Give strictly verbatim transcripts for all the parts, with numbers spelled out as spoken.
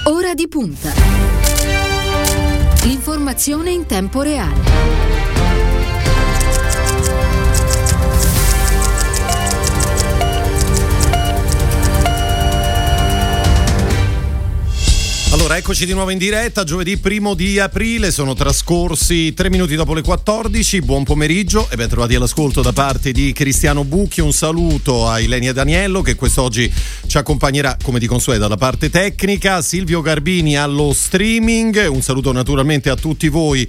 Ora di punta. L'informazione in tempo reale. Allora, eccoci di nuovo in diretta, giovedì primo di aprile, sono trascorsi tre minuti dopo le quattordici, buon pomeriggio e ben trovati all'ascolto da parte di Cristiano Bucchi. Un saluto a Ilenia Daniello che quest'oggi ci accompagnerà come di consueto dalla parte tecnica, Silvio Garbini allo streaming, un saluto naturalmente a tutti voi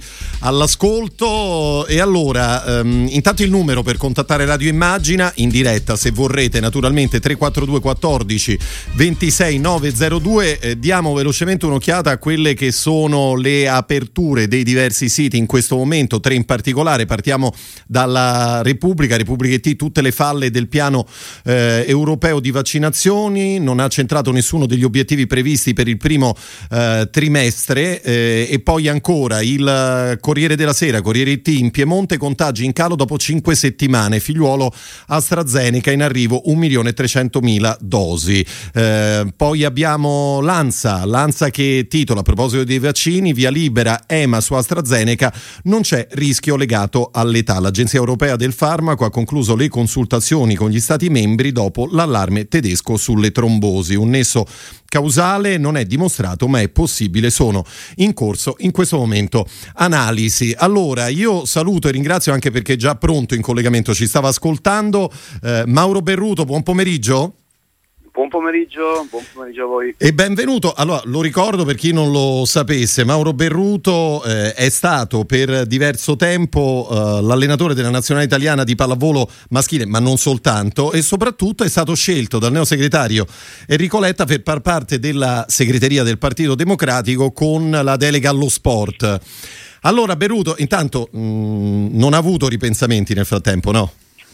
all'ascolto. E allora, um, intanto il numero per contattare Radio Immagina in diretta se vorrete, naturalmente tre quattro due quattordici ventisei novecentodue, eh, diamo velocemente un'occhiata a quelle che sono le aperture dei diversi siti in questo momento, tre in particolare. Partiamo dalla Repubblica, Repubblica I T, tutte le falle del piano eh, europeo di vaccinazioni, non ha centrato nessuno degli obiettivi previsti per il primo eh, trimestre, eh, e poi ancora il Corriere della Sera, Corriere I T, in Piemonte contagi in calo dopo cinque settimane, figliuolo AstraZeneca in arrivo un milione e trecentomila dosi. Eh, poi abbiamo l'ANSA, l'ANSA che titola a proposito dei vaccini, via libera E M A su AstraZeneca, non c'è rischio legato all'età. L'Agenzia Europea del Farmaco ha concluso le consultazioni con gli Stati membri dopo l'allarme tedesco sulle trombosi. Un nesso causale non è dimostrato ma è possibile, sono in corso in questo momento analisi. Allora io saluto e ringrazio, anche perché è già pronto in collegamento, ci stava ascoltando, eh, Mauro Berruto. Buon pomeriggio. Buon pomeriggio, buon pomeriggio a voi. E benvenuto. Allora, lo ricordo per chi non lo sapesse, Mauro Berruto eh, è stato per diverso tempo eh, l'allenatore della nazionale italiana di pallavolo maschile, ma non soltanto, e soprattutto è stato scelto dal neosegretario Enrico Letta per far parte della segreteria del Partito Democratico con la delega allo sport. Allora, Berruto, intanto mh, non ha avuto ripensamenti nel frattempo, no?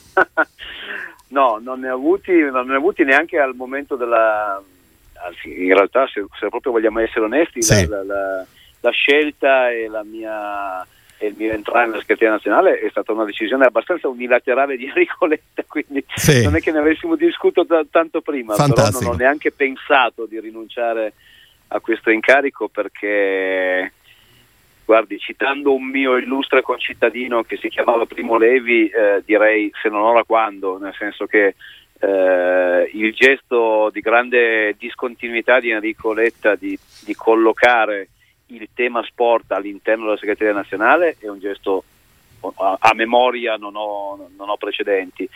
No, non ne ho avuti, non ne ho avuti neanche al momento della, anzi, in realtà se, se proprio vogliamo essere onesti, sì. la, la, la scelta e la mia e il mio entrare nella segreteria nazionale è stata una decisione abbastanza unilaterale di Enrico Letta, quindi sì. Non è che ne avessimo discusso t- tanto prima. Fantastico. Però non ho neanche pensato di rinunciare a questo incarico, perché guardi, citando un mio illustre concittadino che si chiamava Primo Levi, eh, direi se non ora quando, nel senso che eh, il gesto di grande discontinuità di Enrico Letta di, di collocare il tema sport all'interno della segreteria nazionale è un gesto a, a memoria, non ho, non ho precedenti.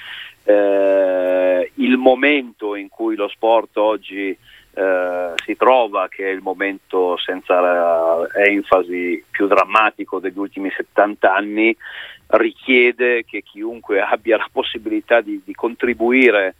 Eh, il momento in cui lo sport oggi Uh, si trova, che è il momento senza uh, enfasi più drammatico degli ultimi settanta anni, richiede che chiunque abbia la possibilità di, di contribuire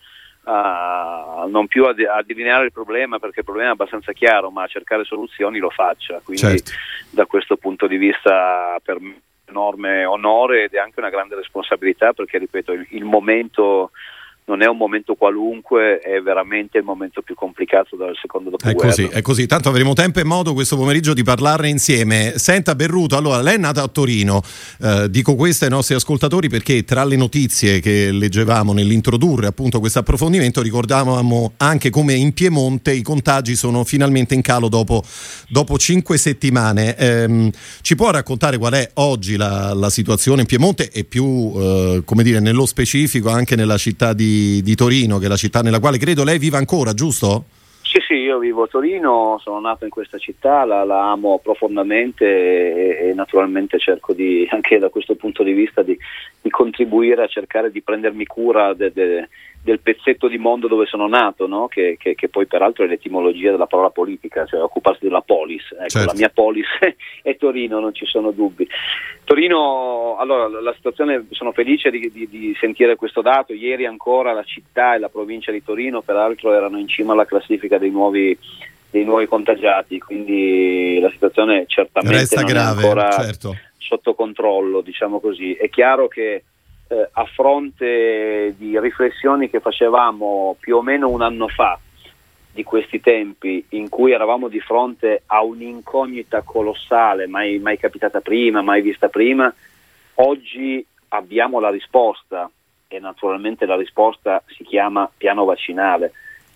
a, non più a, de- a delineare il problema, perché il problema è abbastanza chiaro, ma a cercare soluzioni lo faccia. Quindi certo. Da questo punto di vista per me è un enorme onore ed è anche una grande responsabilità, perché ripeto, il, il momento non è un momento qualunque, è veramente il momento più complicato dal secondo dopoguerra. È così, è così. Tanto avremo tempo e modo questo pomeriggio di parlarne insieme. Senta Berruto, allora lei è nata a Torino, eh, dico questo ai nostri ascoltatori perché tra le notizie che leggevamo nell'introdurre appunto questo approfondimento ricordavamo anche come in Piemonte i contagi sono finalmente in calo dopo, dopo cinque settimane. Eh, ci può raccontare qual è oggi la, la situazione in Piemonte e più, eh, come dire, nello specifico anche nella città di di Torino, che è la città nella quale credo lei viva ancora, giusto? Sì, sì, io vivo a Torino, sono nato in questa città, la, la amo profondamente e, e naturalmente cerco di, anche da questo punto di vista, di, di contribuire a cercare di prendermi cura de, de, del pezzetto di mondo dove sono nato, no? che, che, che poi peraltro è l'etimologia della parola politica, cioè occuparsi della polis. Ecco, certo. La mia polis è Torino, non ci sono dubbi. Torino, allora la situazione, sono felice di, di, di sentire questo dato. Ieri ancora la città e la provincia di Torino peraltro erano in cima alla classifica dei nuovi dei nuovi contagiati, quindi la situazione certamente resta non grave, è ancora certo. sotto controllo, diciamo così. È chiaro che eh, a fronte di riflessioni che facevamo più o meno un anno fa di questi tempi, in cui eravamo di fronte a un'incognita colossale, mai, mai capitata prima, mai vista prima, oggi abbiamo la risposta, e naturalmente la risposta si chiama piano vaccinale.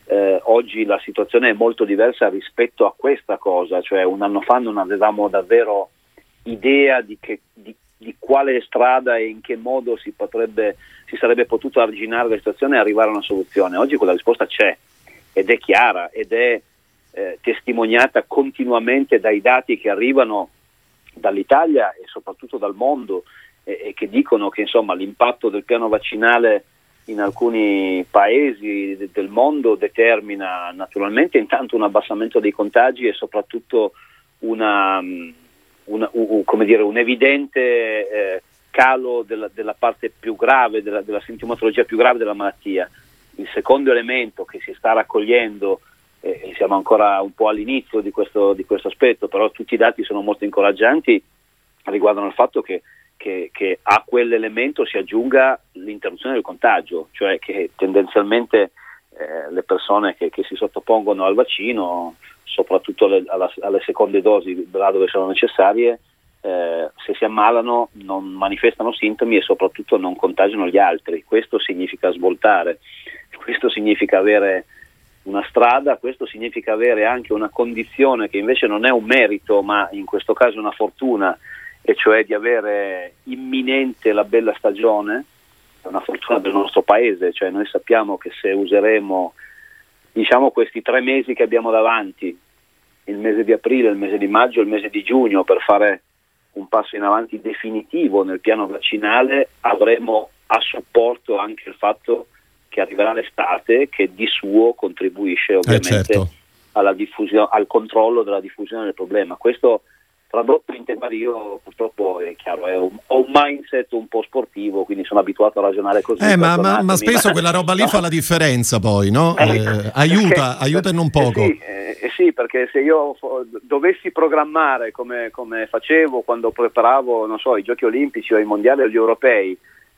eh, oggi la situazione è molto diversa rispetto a questa cosa, cioè un anno fa non avevamo davvero idea di, che, di, di quale strada e in che modo si potrebbe, si sarebbe potuto arginare la situazione e arrivare a una soluzione. Oggi quella risposta c'è ed è chiara ed è eh, testimoniata continuamente dai dati che arrivano dall'Italia e soprattutto dal mondo e, e che dicono che insomma l'impatto del piano vaccinale in alcuni paesi de- del mondo determina naturalmente intanto un abbassamento dei contagi e soprattutto una, una u, come dire, un evidente eh, calo della, della parte più grave, della, della sintomatologia più grave della malattia. Il secondo elemento che si sta raccogliendo, eh, e siamo ancora un po' all'inizio di questo, di questo aspetto, però tutti i dati sono molto incoraggianti, riguardano il fatto che Che, che a quell'elemento si aggiunga l'interruzione del contagio, cioè che tendenzialmente eh, le persone che, che si sottopongono al vaccino, soprattutto alle, alla, alle seconde dosi, là dove sono necessarie, eh, se si ammalano non manifestano sintomi e soprattutto non contagiano gli altri. Questo significa svoltare, questo significa avere una strada, questo significa avere anche una condizione che invece non è un merito, ma in questo caso una fortuna, e cioè di avere imminente la bella stagione. È una fortuna del nostro paese, cioè noi sappiamo che se useremo diciamo questi tre mesi che abbiamo davanti, il mese di aprile, il mese di maggio, il mese di giugno, per fare un passo in avanti definitivo nel piano vaccinale, avremo a supporto anche il fatto che arriverà l'estate, che di suo contribuisce ovviamente eh certo. alla diffusione, al controllo della diffusione del problema. Questo tradotto in tema, io purtroppo è chiaro, è un, ho un mindset un po' sportivo, quindi sono abituato a ragionare così. Eh, ma, ma, ma spesso quella roba lì no? fa la differenza poi, no? Eh, eh, aiuta, perché, aiuta e non poco. Eh sì, eh, eh sì, perché se io fo- dovessi programmare come, come facevo quando preparavo, non so, i Giochi Olimpici o i Mondiali o gli Europei,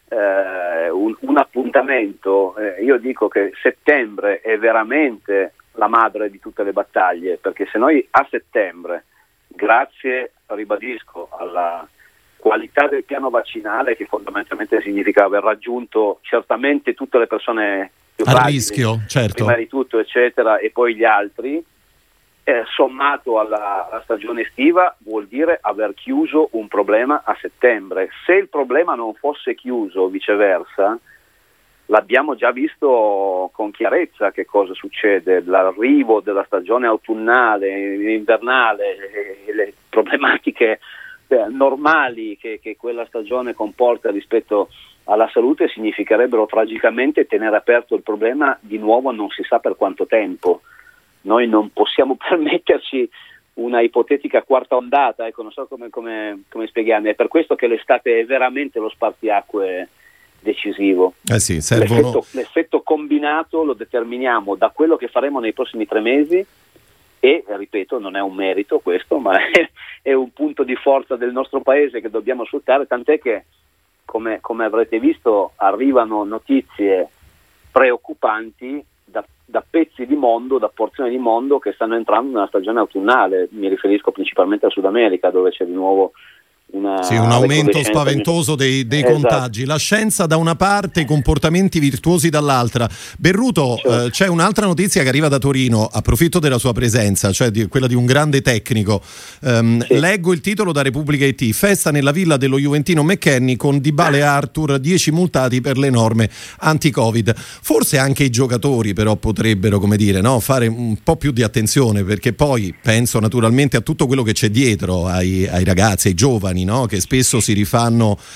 eh, un, un appuntamento, eh, io dico che settembre è veramente la madre di tutte le battaglie, perché se noi a settembre, grazie, ribadisco, alla qualità del piano vaccinale, che fondamentalmente significa aver raggiunto certamente tutte le persone più a fragili, rischio, certo, prima di tutto, eccetera, e poi gli altri, eh, sommato alla, alla stagione estiva, vuol dire aver chiuso un problema a settembre. Se il problema non fosse chiuso, viceversa, l'abbiamo già visto con chiarezza che cosa succede, l'arrivo della stagione autunnale, invernale, e le problematiche eh, normali che, che quella stagione comporta rispetto alla salute significherebbero tragicamente tenere aperto il problema di nuovo non si sa per quanto tempo. Noi non possiamo permetterci una ipotetica quarta ondata, ecco, non so come, come, come spiegare, è per questo che l'estate è veramente lo spartiacque decisivo. Eh sì, servono... l'effetto, l'effetto combinato lo determiniamo da quello che faremo nei prossimi tre mesi e, ripeto, non è un merito questo, ma è, è un punto di forza del nostro paese che dobbiamo sfruttare, tant'è che, come, come avrete visto, arrivano notizie preoccupanti da, da pezzi di mondo, da porzioni di mondo che stanno entrando nella stagione autunnale. Mi riferisco principalmente al Sud America, dove c'è di nuovo Una sì, un aumento spaventoso dei, dei esatto. contagi. La scienza da una parte, i comportamenti virtuosi dall'altra. Berruto, certo. eh, c'è un'altra notizia che arriva da Torino, approfitto della sua presenza, cioè di, quella di un grande tecnico. Um, sì. Leggo il titolo da Repubblica I T: festa nella villa dello juventino McKennie con Dybala e Arthur, dieci multati per le norme anti-Covid. Forse anche i giocatori però potrebbero, come dire, no, fare un po' più di attenzione, perché poi penso naturalmente a tutto quello che c'è dietro, ai, ai ragazzi, ai giovani, no? Che spesso si rifanno uh,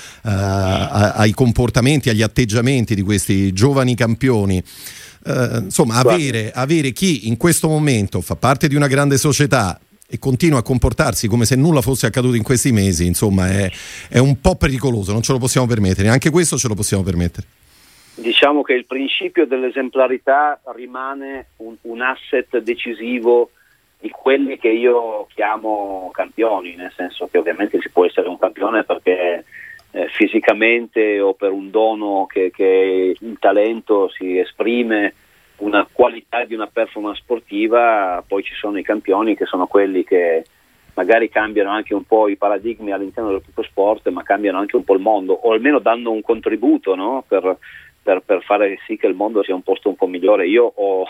ai comportamenti, agli atteggiamenti di questi giovani campioni. Uh, insomma, avere, avere chi in questo momento fa parte di una grande società e continua a comportarsi come se nulla fosse accaduto in questi mesi, insomma, è, è un po' pericoloso, non ce lo possiamo permettere, anche questo ce lo possiamo permettere. Diciamo che il principio dell'esemplarità rimane un, un asset decisivo di quelli che io chiamo campioni, nel senso che ovviamente si può essere un campione perché eh, fisicamente o per un dono che, che il talento si esprime una qualità di una performance sportiva, poi ci sono i campioni che sono quelli che magari cambiano anche un po' i paradigmi all'interno del proprio sport, ma cambiano anche un po' il mondo, o almeno danno un contributo, no? per, per, per fare sì che il mondo sia un posto un po' migliore. Io ho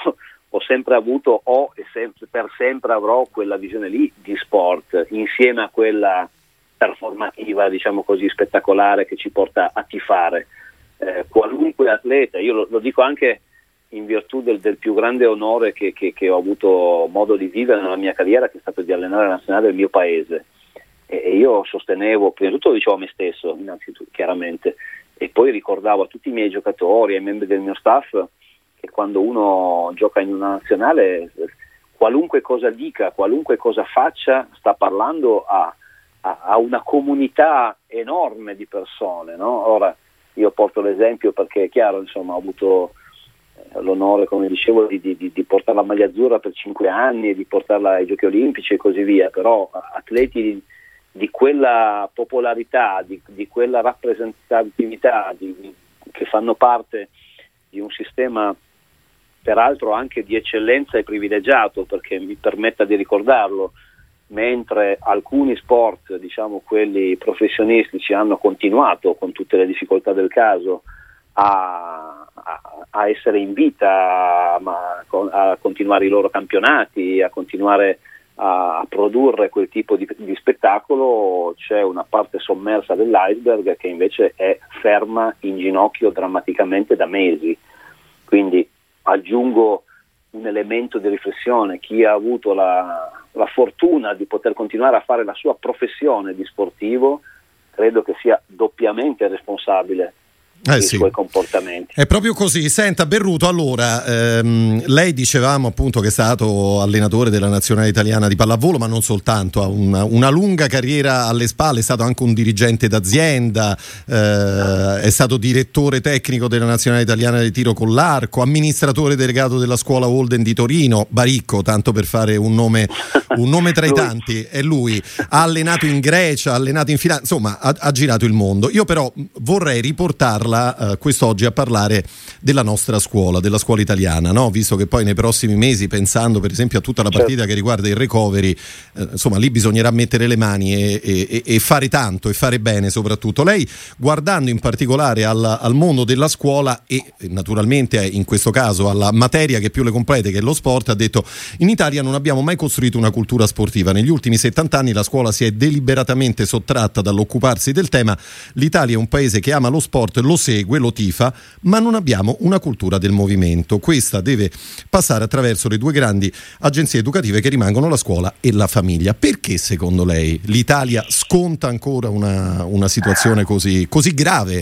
ho sempre avuto, ho e sempre, per sempre avrò quella visione lì di sport, insieme a quella performativa, diciamo così, spettacolare, che ci porta a tifare. Eh, qualunque atleta, io lo, lo dico anche in virtù del, del più grande onore che, che, che ho avuto modo di vivere nella mia carriera, che è stato di allenare la nazionale del mio paese, e, e io sostenevo, prima di tutto lo dicevo a me stesso, innanzitutto, chiaramente, e poi ricordavo a tutti i miei giocatori, ai membri del mio staff, che quando uno gioca in una nazionale, qualunque cosa dica, qualunque cosa faccia, sta parlando a, a, a una comunità enorme di persone, no? Ora io porto l'esempio perché è chiaro, insomma, ho avuto l'onore, come dicevo, di, di, di portare la maglia azzurra per cinque anni, di portarla ai Giochi Olimpici e così via, però atleti di, di quella popolarità, di, di quella rappresentatività, di, di, che fanno parte di un sistema peraltro anche di eccellenza e privilegiato, perché mi permetta di ricordarlo, mentre alcuni sport, diciamo quelli professionistici, hanno continuato con tutte le difficoltà del caso a, a, a essere in vita, a, a continuare i loro campionati, a continuare a, a produrre quel tipo di, di spettacolo, c'è una parte sommersa dell'iceberg che invece è ferma in ginocchio drammaticamente da mesi. Quindi aggiungo un elemento di riflessione: chi ha avuto la, la fortuna di poter continuare a fare la sua professione di sportivo, credo che sia doppiamente responsabile Eh dei sì. suoi comportamenti. È proprio così. Senta Berruto, allora ehm, lei dicevamo appunto che è stato allenatore della nazionale italiana di pallavolo, ma non soltanto, ha una, una lunga carriera alle spalle, è stato anche un dirigente d'azienda, eh, è stato direttore tecnico della nazionale italiana di tiro con l'arco, amministratore delegato della scuola Holden di Torino, Baricco, tanto per fare un nome, un nome tra i tanti, è lui. Ha allenato in Grecia, ha allenato in Finlandia, insomma ha, ha girato il mondo. Io però vorrei riportarla Uh, quest'oggi a parlare della nostra scuola, della scuola italiana, no? Visto che poi nei prossimi mesi, pensando per esempio a tutta la partita certo. che riguarda il recovery, eh, insomma lì bisognerà mettere le mani e, e, e fare tanto e fare bene soprattutto. Lei, guardando in particolare al, al mondo della scuola e naturalmente in questo caso alla materia che più le complete, che è lo sport, ha detto: in Italia non abbiamo mai costruito una cultura sportiva, negli ultimi settanta anni la scuola si è deliberatamente sottratta dall'occuparsi del tema, l'Italia è un paese che ama lo sport, lo segue, lo tifa, ma non abbiamo una cultura del movimento. Questa deve passare attraverso le due grandi agenzie educative che rimangono la scuola e la famiglia. Perché secondo lei l'Italia sconta ancora una, una situazione così, così grave?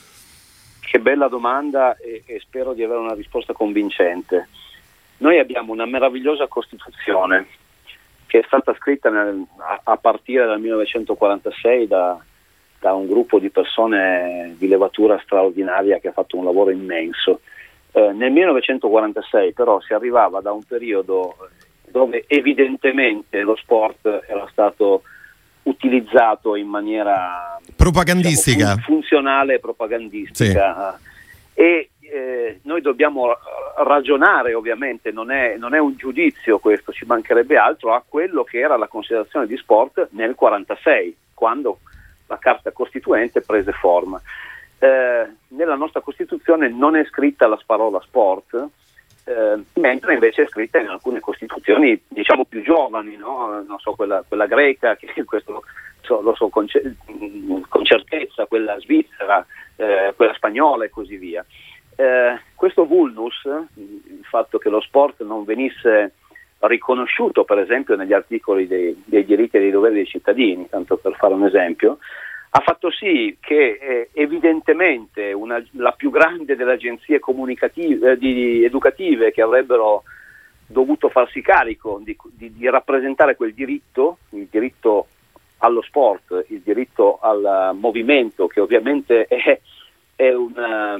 Che bella domanda, e, e spero di avere una risposta convincente. Noi abbiamo una meravigliosa Costituzione che è stata scritta nel, a, a partire dal millenovecentoquarantasei da da un gruppo di persone di levatura straordinaria che ha fatto un lavoro immenso. Eh, nel millenovecentoquarantasei però si arrivava da un periodo dove evidentemente lo sport era stato utilizzato in maniera propagandistica, diciamo, fun- funzionale e propagandistica. Sì. E eh, noi dobbiamo ragionare, ovviamente non è, non è un giudizio questo, ci mancherebbe altro, a quello che era la considerazione di sport nel quarantasei, quando la carta costituente prese forma. Eh, nella nostra Costituzione non è scritta la parola sport, eh, mentre invece è scritta in alcune Costituzioni, diciamo più giovani, no? Non so, quella, quella greca, che questo so, lo so con, con certezza, quella svizzera, eh, quella spagnola e così via. Eh, questo vulnus, il fatto che lo sport non venisse riconosciuto per esempio negli articoli dei, dei diritti e dei doveri dei cittadini, tanto per fare un esempio, ha fatto sì che eh, evidentemente una, la più grande delle agenzie comunicative, eh, di, educative che avrebbero dovuto farsi carico di, di, di rappresentare quel diritto, il diritto allo sport, il diritto al movimento, che ovviamente è, è una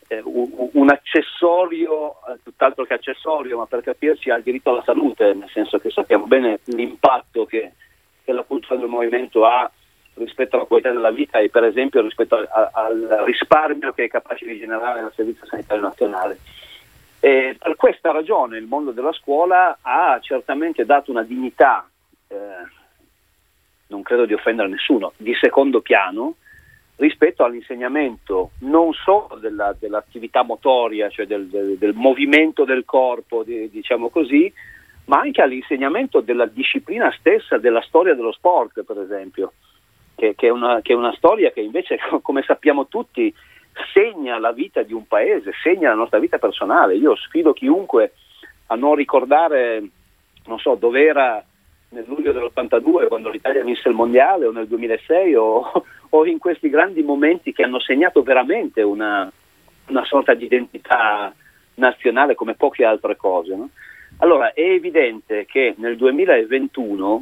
un accessorio, tutt'altro che accessorio, ma per capirci al diritto alla salute, nel senso che sappiamo bene l'impatto che, che la cultura del movimento ha rispetto alla qualità della vita e per esempio rispetto al, al risparmio che è capace di generare nel Servizio Sanitario Nazionale. E per questa ragione il mondo della scuola ha certamente dato una dignità, eh, non credo di offendere nessuno, di secondo piano rispetto all'insegnamento non solo della, dell'attività motoria, cioè del, del, del movimento del corpo, di, diciamo così, ma anche all'insegnamento della disciplina stessa, della storia dello sport, per esempio, che, che, è una, che è una storia che invece, come sappiamo tutti, segna la vita di un paese, segna la nostra vita personale. Io sfido chiunque a non ricordare, non so, dove era nel luglio dell'ottantadue quando l'Italia vinse il mondiale, o nel duemilasei, o, o in questi grandi momenti che hanno segnato veramente una, una sorta di identità nazionale come poche altre cose, no? Allora è evidente che nel duemilaventuno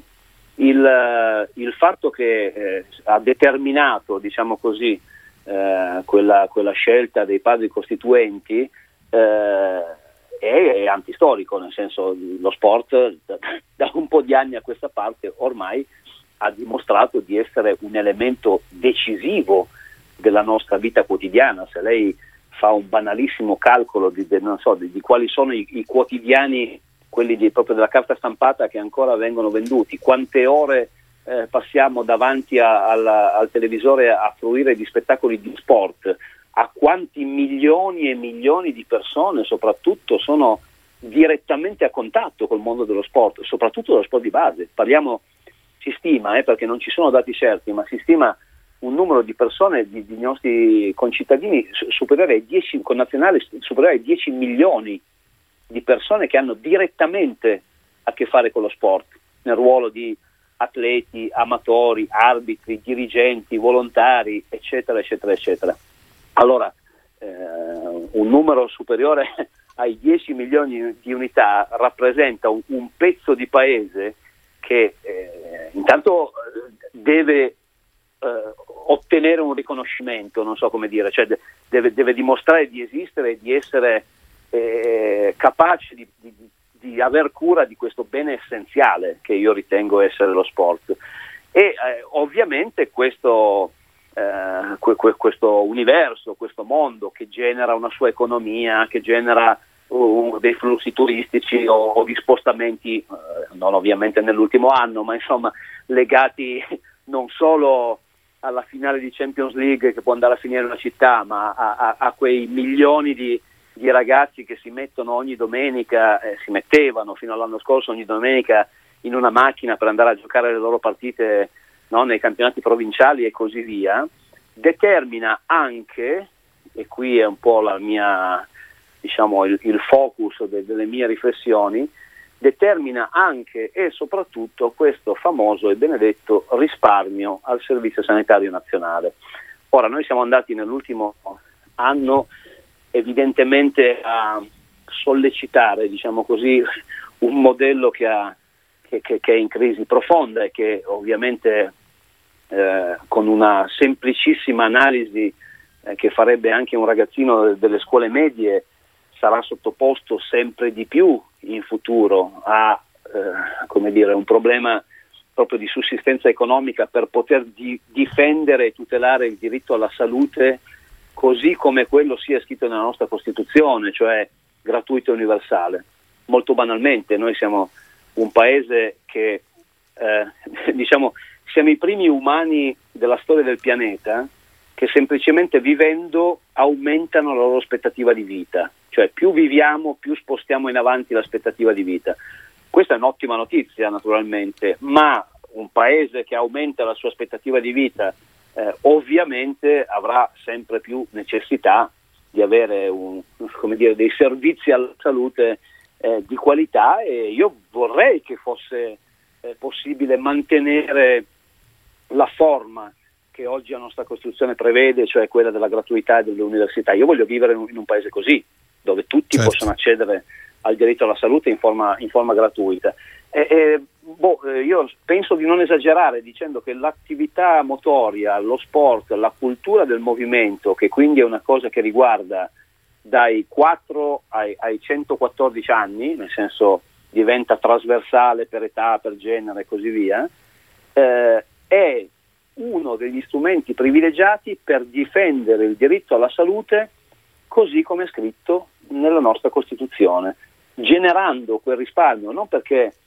il, il fatto che eh, ha determinato, diciamo così, eh, quella, quella scelta dei padri costituenti eh, è, è antistorico, nel senso lo sport da, da un po' di anni a questa parte ormai ha dimostrato di essere un elemento decisivo della nostra vita quotidiana. Se lei fa un banalissimo calcolo di, di, non so, di, di quali sono i, i quotidiani, quelli di, proprio della carta stampata che ancora vengono venduti, quante ore eh, passiamo davanti a, alla, al televisore a fruire di spettacoli di sport, a quanti milioni e milioni di persone soprattutto sono direttamente a contatto col mondo dello sport, soprattutto dello sport di base. Parliamo, si stima, eh, perché non ci sono dati certi, ma si stima un numero di persone, di, di nostri concittadini superiore ai dieci, connazionali superiore ai dieci milioni di persone che hanno direttamente a che fare con lo sport, nel ruolo di atleti, amatori, arbitri, dirigenti, volontari, eccetera, eccetera, eccetera. Allora, eh, un numero superiore ai dieci milioni di unità rappresenta un, un pezzo di paese che eh, intanto deve eh, ottenere un riconoscimento, non so come dire, cioè de- deve, deve dimostrare di esistere e di essere eh, capace di, di, di aver cura di questo bene essenziale che io ritengo essere lo sport. E eh, ovviamente questo, eh, que- que- questo universo, questo mondo che genera una sua economia, che genera uh, dei flussi turistici o, o di spostamenti, eh, non ovviamente nell'ultimo anno, ma insomma legati non solo alla finale di Champions League che può andare a finire in una città, ma a, a, a quei milioni di, di ragazzi che si mettono ogni domenica, eh, si mettevano fino all'anno scorso ogni domenica in una macchina per andare a giocare le loro partite, no, nei campionati provinciali e così via, determina anche, e qui è un po' la mia, diciamo, il, il focus de, delle mie riflessioni, determina anche e soprattutto questo famoso e benedetto risparmio al Servizio Sanitario Nazionale. Ora, noi siamo andati nell'ultimo anno evidentemente a sollecitare, diciamo così, un modello che, ha, che, che, che è in crisi profonda e che ovviamente eh, con una semplicissima analisi eh, che farebbe anche un ragazzino delle scuole medie sarà sottoposto sempre di più in futuro a eh, come dire, un problema proprio di sussistenza economica per poter di, difendere e tutelare il diritto alla salute così come quello sia scritto nella nostra Costituzione, cioè gratuito e universale. Molto banalmente, noi siamo un paese che eh, diciamo siamo i primi umani della storia del pianeta che semplicemente vivendo aumentano la loro aspettativa di vita, cioè più viviamo più spostiamo in avanti l'aspettativa di vita. Questa è un'ottima notizia naturalmente, ma un paese che aumenta la sua aspettativa di vita eh, ovviamente avrà sempre più necessità di avere un, come dire, dei servizi alla salute eh, di qualità, e io vorrei che fosse eh, possibile mantenere la forma che oggi la nostra Costituzione prevede, cioè quella della gratuità delle università. Io voglio vivere in un, in un paese così, dove tutti certo. possono accedere al diritto alla salute in forma, in forma gratuita. E, e, boh, io penso di non esagerare dicendo che l'attività motoria, lo sport, la cultura del movimento, che quindi è una cosa che riguarda dai quattro ai, ai centoquattordici anni, nel senso diventa trasversale per età, per genere e così via, eh, è uno degli strumenti privilegiati per difendere il diritto alla salute così come è scritto nella nostra Costituzione, generando quel risparmio, non perché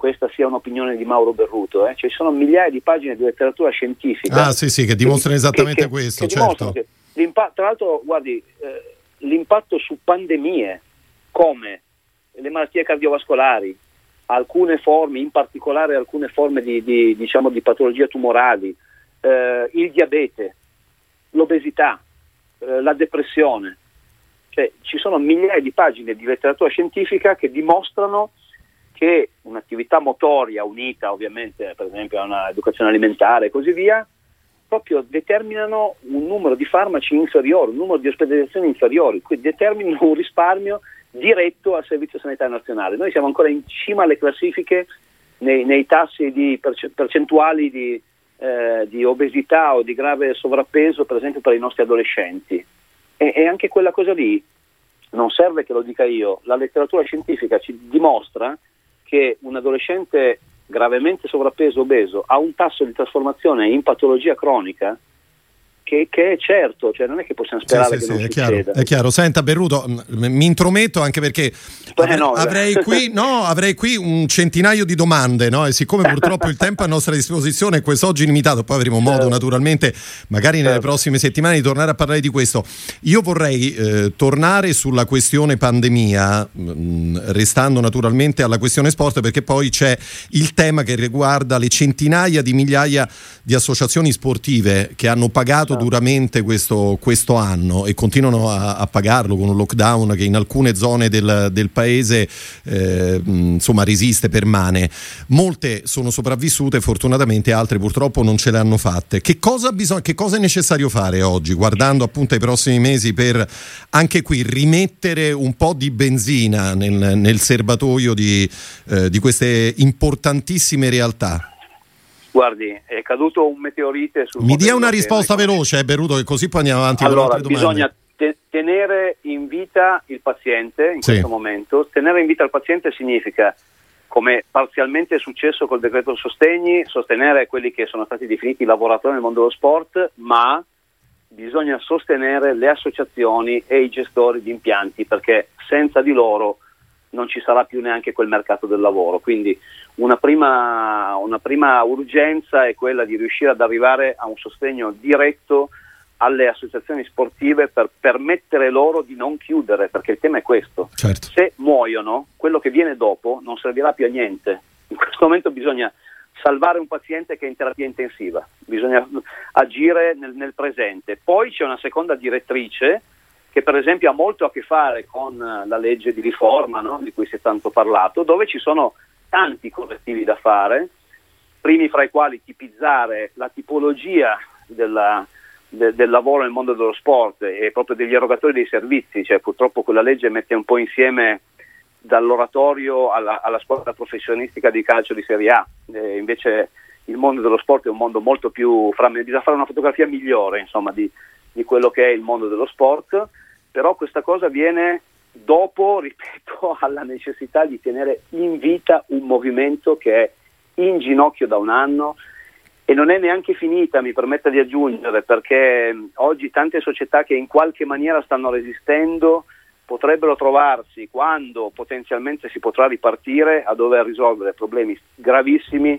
questa sia un'opinione di Mauro Berruto, eh. Cioè, ci sono migliaia di pagine di letteratura scientifica. Ah sì sì, che dimostrano esattamente che, questo, che, certo. Che tra l'altro, guardi, eh, l'impatto su pandemie come le malattie cardiovascolari, alcune forme, in particolare alcune forme di, di, diciamo, di patologie tumorali, eh, il diabete, l'obesità, eh, la depressione. Cioè, ci sono migliaia di pagine di letteratura scientifica che dimostrano che un'attività motoria unita ovviamente per esempio a un'educazione alimentare e così via proprio determinano un numero di farmaci inferiore, un numero di ospedalizzazioni inferiori, quindi determinano un risparmio diretto al Servizio Sanitario Nazionale. Noi siamo ancora in cima alle classifiche nei, nei tassi di percentuali di, eh, di obesità o di grave sovrappeso, per esempio per i nostri adolescenti. E, e anche quella cosa lì, non serve che lo dica io, la letteratura scientifica ci dimostra che un adolescente gravemente sovrappeso obeso ha un tasso di trasformazione in patologia cronica che, che è certo, cioè non è che possiamo sperare sì, che sì, non sì, è succeda. chiaro, è chiaro. Senta Berruto, mi intrometto anche perché avrei, no, avrei, qui, no, avrei qui un centinaio di domande, no? E siccome purtroppo il tempo a nostra disposizione è quest'oggi limitato, poi avremo modo naturalmente magari nelle prossime settimane di tornare a parlare di questo. Io vorrei eh, tornare sulla questione pandemia, mh, restando naturalmente alla questione sport, perché poi c'è il tema che riguarda le centinaia di migliaia di associazioni sportive che hanno pagato duramente questo, questo anno e continuano a, a pagarlo con un lockdown che in alcune zone del, del paese eh, insomma resiste, permane. Molte sono sopravvissute fortunatamente, altre purtroppo non ce le hanno fatte. Che cosa, bisog- che cosa è necessario fare oggi, guardando appunto ai prossimi mesi, per anche qui rimettere un po' di benzina nel, nel serbatoio di, eh, di queste importantissime realtà? Guardi, è caduto un meteorite sul Mi dia una che risposta noi... veloce, eh, Berruto, che così poi andiamo avanti allora, con altre domande. Bisogna te- tenere in vita il paziente in sì. questo momento. Tenere in vita il paziente significa, come parzialmente è successo col decreto sostegni, sostenere quelli che sono stati definiti lavoratori nel mondo dello sport, ma bisogna sostenere le associazioni e i gestori di impianti, perché senza di loro non ci sarà più neanche quel mercato del lavoro. Quindi una prima, una prima urgenza è quella di riuscire ad arrivare a un sostegno diretto alle associazioni sportive per permettere loro di non chiudere, perché il tema è questo. Certo. Se muoiono, quello che viene dopo non servirà più a niente. In questo momento bisogna salvare un paziente che è in terapia intensiva, bisogna agire nel, nel presente. Poi c'è una seconda direttrice che per esempio ha molto a che fare con la legge di riforma, no? Di cui si è tanto parlato, dove ci sono tanti correttivi da fare, primi fra i quali tipizzare la tipologia della, de, del lavoro nel mondo dello sport e proprio degli erogatori dei servizi. Cioè, purtroppo quella legge mette un po' insieme dall'oratorio alla, alla squadra professionistica di calcio di Serie A, e invece il mondo dello sport è un mondo molto più frammentato, bisogna fare una fotografia migliore insomma di, di quello che è il mondo dello sport. Però questa cosa viene dopo, ripeto, alla necessità di tenere in vita un movimento che è in ginocchio da un anno e non è neanche finita, mi permetta di aggiungere, perché oggi tante società che in qualche maniera stanno resistendo potrebbero trovarsi, quando potenzialmente si potrà ripartire, a dover risolvere problemi gravissimi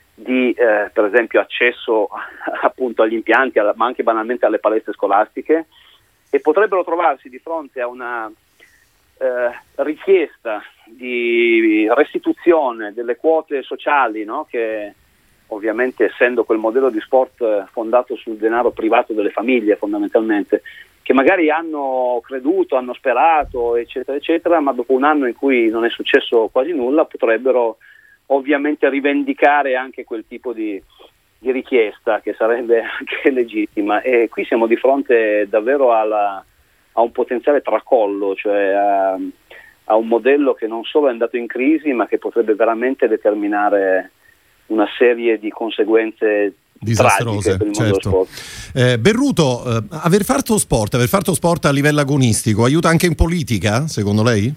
di eh, per esempio accesso appunto agli impianti, alla, ma anche banalmente alle palestre scolastiche, e potrebbero trovarsi di fronte a una eh, richiesta di restituzione delle quote sociali, no? Che ovviamente, essendo quel modello di sport fondato sul denaro privato delle famiglie fondamentalmente, che magari hanno creduto, hanno sperato eccetera eccetera, ma dopo un anno in cui non è successo quasi nulla potrebbero ovviamente rivendicare anche quel tipo di di richiesta, che sarebbe anche legittima. E qui siamo di fronte davvero alla, a un potenziale tracollo, cioè a, a un modello che non solo è andato in crisi, ma che potrebbe veramente determinare una serie di conseguenze disastrose per il mondo certo. dello sport. Eh, Berruto, eh, aver fatto sport, aver fatto sport a livello agonistico aiuta anche in politica, secondo lei?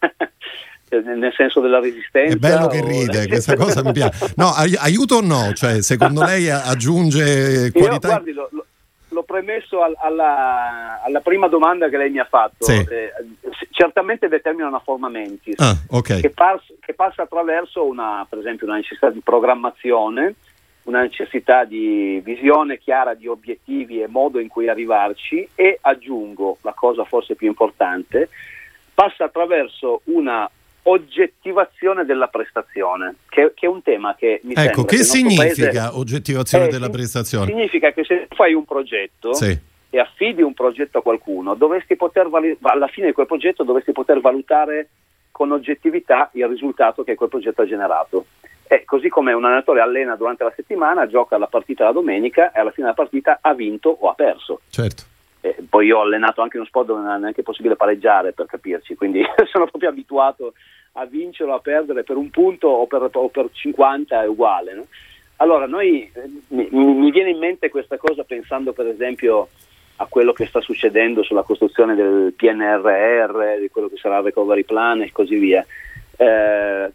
Nel senso della resistenza? È bello che o... ride, questa cosa mi piace. No, ai- aiuto o no? Cioè, secondo lei aggiunge qualità? Io, guardi, lo, lo, l'ho premesso al, alla, alla prima domanda che lei mi ha fatto. Sì. Eh, certamente determina una forma mentis ah, okay. che, passa, che passa attraverso una, per esempio, una necessità di programmazione, una necessità di visione chiara di obiettivi e modo in cui arrivarci, e aggiungo la cosa forse più importante, passa attraverso una oggettivazione della prestazione, che, che è un tema che mi ecco, sembra che, che significa paese, oggettivazione eh, della prestazione? Significa che se tu fai un progetto sì. e affidi un progetto a qualcuno, dovresti poter vali- alla fine di quel progetto dovresti poter valutare con oggettività il risultato che quel progetto ha generato. E così come un allenatore allena durante la settimana, gioca la partita la domenica e alla fine della partita ha vinto o ha perso. Certo. Eh, poi io ho allenato anche uno sport dove non è neanche possibile pareggiare, per capirci, quindi sono proprio abituato a vincere o a perdere per un punto o per, o per cinquanta, è uguale, no? Allora noi eh, mi, mi viene in mente questa cosa pensando per esempio a quello che sta succedendo sulla costruzione del P N R R, di quello che sarà il Recovery Plan e così via. Eh,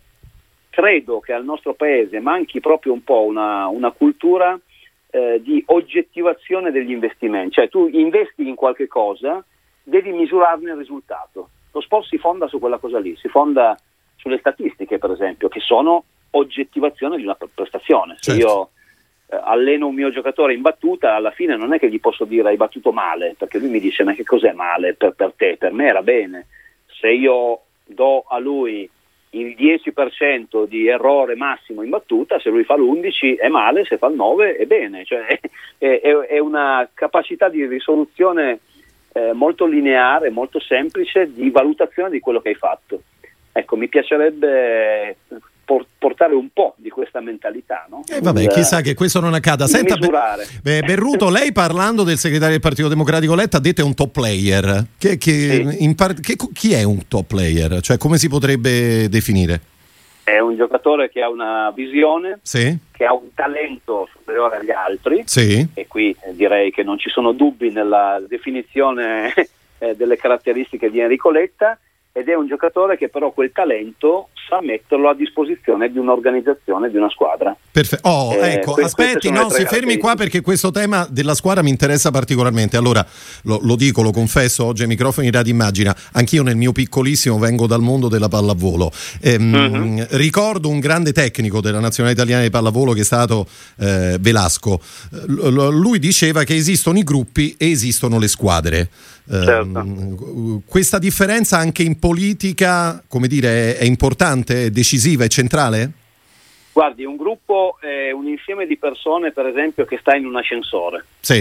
credo che al nostro paese manchi proprio un po' una, una cultura eh, di oggettivazione degli investimenti, cioè tu investi in qualche cosa, devi misurarne il risultato. Lo sport si fonda su quella cosa lì, si fonda sulle statistiche per esempio, che sono oggettivazione di una prestazione. Se certo. io eh, alleno un mio giocatore in battuta, alla fine non è che gli posso dire hai battuto male, perché lui mi dice ma che cos'è male per, per te? Per me era bene. Se io do a lui il dieci per cento di errore massimo in battuta, se lui fa l'undici è male, se fa il nove è bene, cioè è, è, è una capacità di risoluzione eh, molto lineare, molto semplice di valutazione di quello che hai fatto. Ecco, mi piacerebbe portare un po' di questa mentalità, no? Eh, vabbè, chissà che questo non accada. Senta, Be- Berruto, lei parlando del segretario del Partito Democratico Letta ha detto è un top player. Che, che sì. in par- che, chi è un top player? Cioè, come si potrebbe definire? È un giocatore che ha una visione, sì. che ha un talento superiore agli altri, sì. e qui eh, direi che non ci sono dubbi nella definizione eh, delle caratteristiche di Enrico Letta, ed è un giocatore che però quel talento sa metterlo a disposizione di un'organizzazione, di una squadra. Perfetto. Oh, eh, ecco, que- aspetti, no, si fermi qua perché questo tema della squadra mi interessa particolarmente. Allora, lo, lo dico, lo confesso, oggi ai microfoni Radio Immagina, anch'io nel mio piccolissimo vengo dal mondo della pallavolo. Ehm, mm-hmm. Ricordo un grande tecnico della nazionale italiana di pallavolo che è stato eh, Velasco. L- lui diceva che esistono i gruppi e esistono le squadre. Certo. Uh, questa differenza anche in politica, come dire, è, è importante, è decisiva, è centrale? Guardi, un gruppo è un insieme di persone, per esempio, che sta in un ascensore. Sì.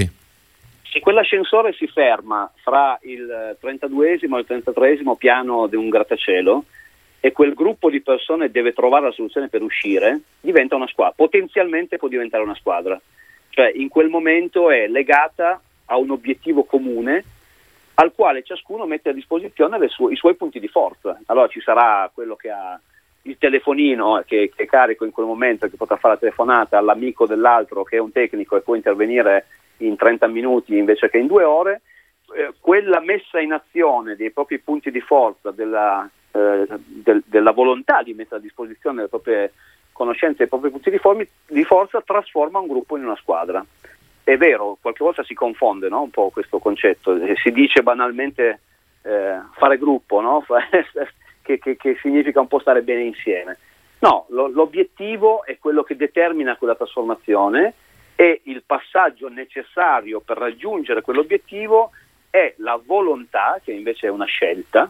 Se quell'ascensore si ferma fra il trentaduesimo e il trentatreesimo piano di un grattacielo e quel gruppo di persone deve trovare la soluzione per uscire, diventa una squadra, potenzialmente può diventare una squadra. Cioè in quel momento è legata a un obiettivo comune al quale ciascuno mette a disposizione le sue, i suoi punti di forza. Allora ci sarà quello che ha il telefonino che, che è carico in quel momento, che potrà fare la telefonata all'amico dell'altro che è un tecnico e può intervenire in trenta minuti invece che in due ore. Eh, quella messa in azione dei propri punti di forza, della, eh, del, della volontà di mettere a disposizione le proprie conoscenze e i propri punti di, formi, di forza trasforma un gruppo in una squadra. È vero, qualche volta si confonde, no? Un po' questo concetto, si dice banalmente eh, fare gruppo, no? che, che, che significa un po' stare bene insieme. No, lo, l'obiettivo è quello che determina quella trasformazione, e il passaggio necessario per raggiungere quell'obiettivo è la volontà, che invece è una scelta,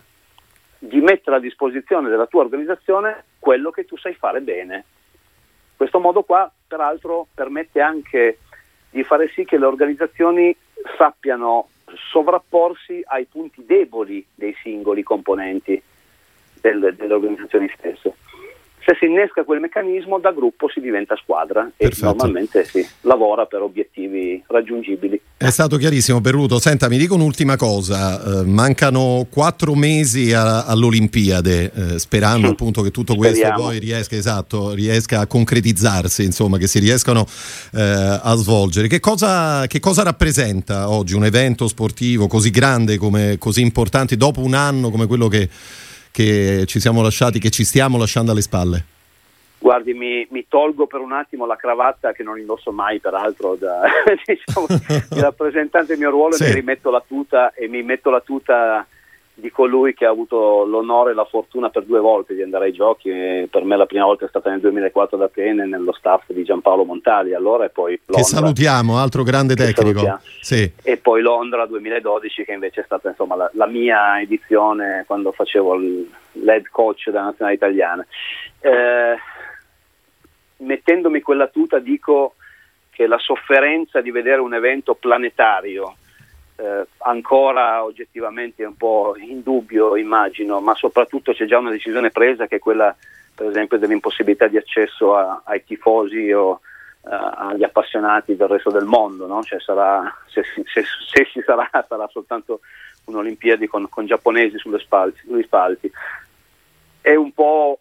di mettere a disposizione della tua organizzazione quello che tu sai fare bene. Questo modo qua, peraltro, permette anche di fare sì che le organizzazioni sappiano sovrapporsi ai punti deboli dei singoli componenti del, delle organizzazioni stesse. Se si innesca quel meccanismo, da gruppo si diventa squadra. Perfetto. E normalmente si lavora per obiettivi raggiungibili. È stato chiarissimo, Berruto. Senta, mi dico un'ultima cosa, eh, mancano quattro mesi a, all'Olimpiade, eh, sperando mm. appunto che tutto questo Speriamo. poi riesca, esatto, riesca a concretizzarsi, insomma, che si riescano eh, a svolgere. Che cosa, che cosa rappresenta oggi un evento sportivo così grande, come così importante, dopo un anno come quello che che ci siamo lasciati, che ci stiamo lasciando alle spalle? Guardi, mi, mi tolgo per un attimo la cravatta, che non indosso mai peraltro da diciamo, di rappresentante del mio ruolo, sì. E mi rimetto la tuta e mi metto la tuta di colui che ha avuto l'onore e la fortuna per due volte di andare ai giochi. E per me la prima volta è stata nel duemilaquattro ad Atene, nello staff di Giampaolo Montali allora, e poi Londra, che salutiamo, altro grande tecnico, sì. E poi Londra duemiladodici, che invece è stata insomma la, la mia edizione quando facevo il, l'head coach della nazionale italiana. Eh, mettendomi quella tuta dico che la sofferenza di vedere un evento planetario Eh, ancora oggettivamente è un po' in dubbio, immagino, ma soprattutto c'è già una decisione presa, che è quella per esempio dell'impossibilità di accesso a, ai tifosi o uh, agli appassionati del resto del mondo, no? Cioè sarà, se, se, se ci sarà, sarà soltanto un'Olimpiadi con, con giapponesi sulle spalti, sugli spalti. È un po',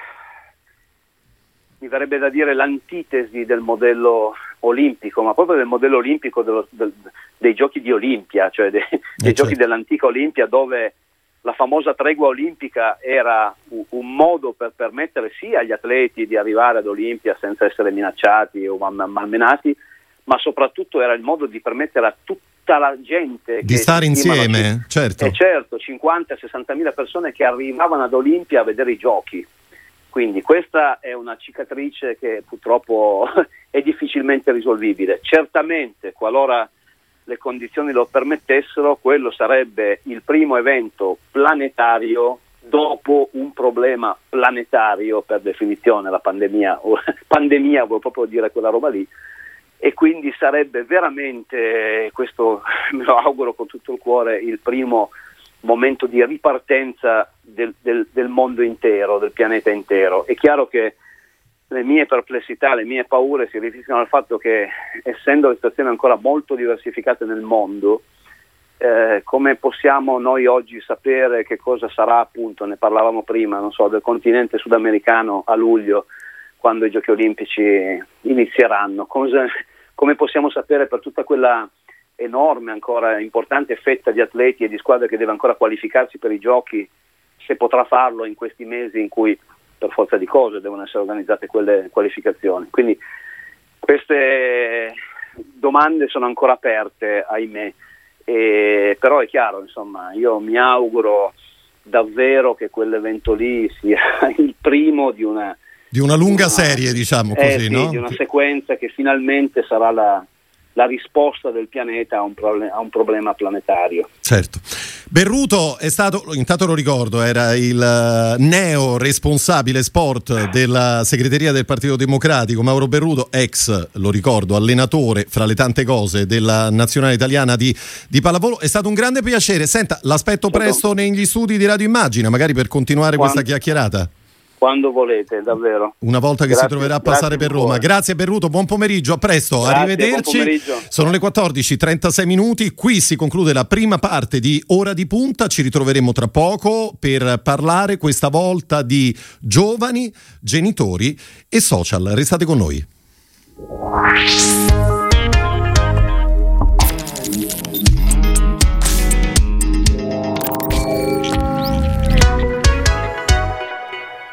mi verrebbe da dire, l'antitesi del modello olimpico, ma proprio del modello olimpico dello, del, dei giochi di Olimpia, cioè dei, dei eh giochi certo. dell'antica Olimpia, dove la famosa tregua olimpica era un, un modo per permettere sia agli atleti di arrivare ad Olimpia senza essere minacciati o mal, malmenati, ma soprattutto era il modo di permettere a tutta la gente di che stare insieme, c- certo. Eh certo, cinquanta sessantamila persone che arrivavano ad Olimpia a vedere i giochi. Quindi questa è una cicatrice che purtroppo è difficilmente risolvibile. Certamente, qualora le condizioni lo permettessero, quello sarebbe il primo evento planetario dopo un problema planetario, per definizione la pandemia, o pandemia vuol proprio dire quella roba lì, e quindi sarebbe veramente, questo me lo auguro con tutto il cuore, il primo momento di ripartenza del, del, del mondo intero, del pianeta intero. È chiaro che le mie perplessità, le mie paure si riferiscono al fatto che, essendo le situazioni ancora molto diversificate nel mondo, eh, come possiamo noi oggi sapere che cosa sarà, appunto, ne parlavamo prima, non so, del continente sudamericano a luglio, quando i Giochi Olimpici inizieranno? Cosa, come possiamo sapere per tutta quella enorme, ancora importante fetta di atleti e di squadre che deve ancora qualificarsi per i giochi, se potrà farlo in questi mesi in cui per forza di cose devono essere organizzate quelle qualificazioni? Quindi queste domande sono ancora aperte, ahimè, e, però è chiaro, insomma, io mi auguro davvero che quell'evento lì sia il primo di una di una lunga una, serie, diciamo così, eh, sì, no? Di una sequenza che finalmente sarà la la risposta del pianeta a un, proble- a un problema planetario. Certo. Berruto è stato, intanto lo ricordo, era il uh, neo responsabile sport della segreteria del Partito Democratico, Mauro Berruto, ex, lo ricordo, allenatore, fra le tante cose, della nazionale italiana di, di pallavolo. È stato un grande piacere. Senta, l'aspetto presto negli studi di Radio Immagina, magari per continuare Quando? questa chiacchierata. Quando volete, davvero. Una volta che grazie, si troverà a passare per Roma. Grazie Berruto, buon pomeriggio, a presto, grazie, arrivederci. Sono le quattordici e trentasei minuti, qui si conclude la prima parte di Ora di Punta, ci ritroveremo tra poco per parlare questa volta di giovani, genitori e social. Restate con noi.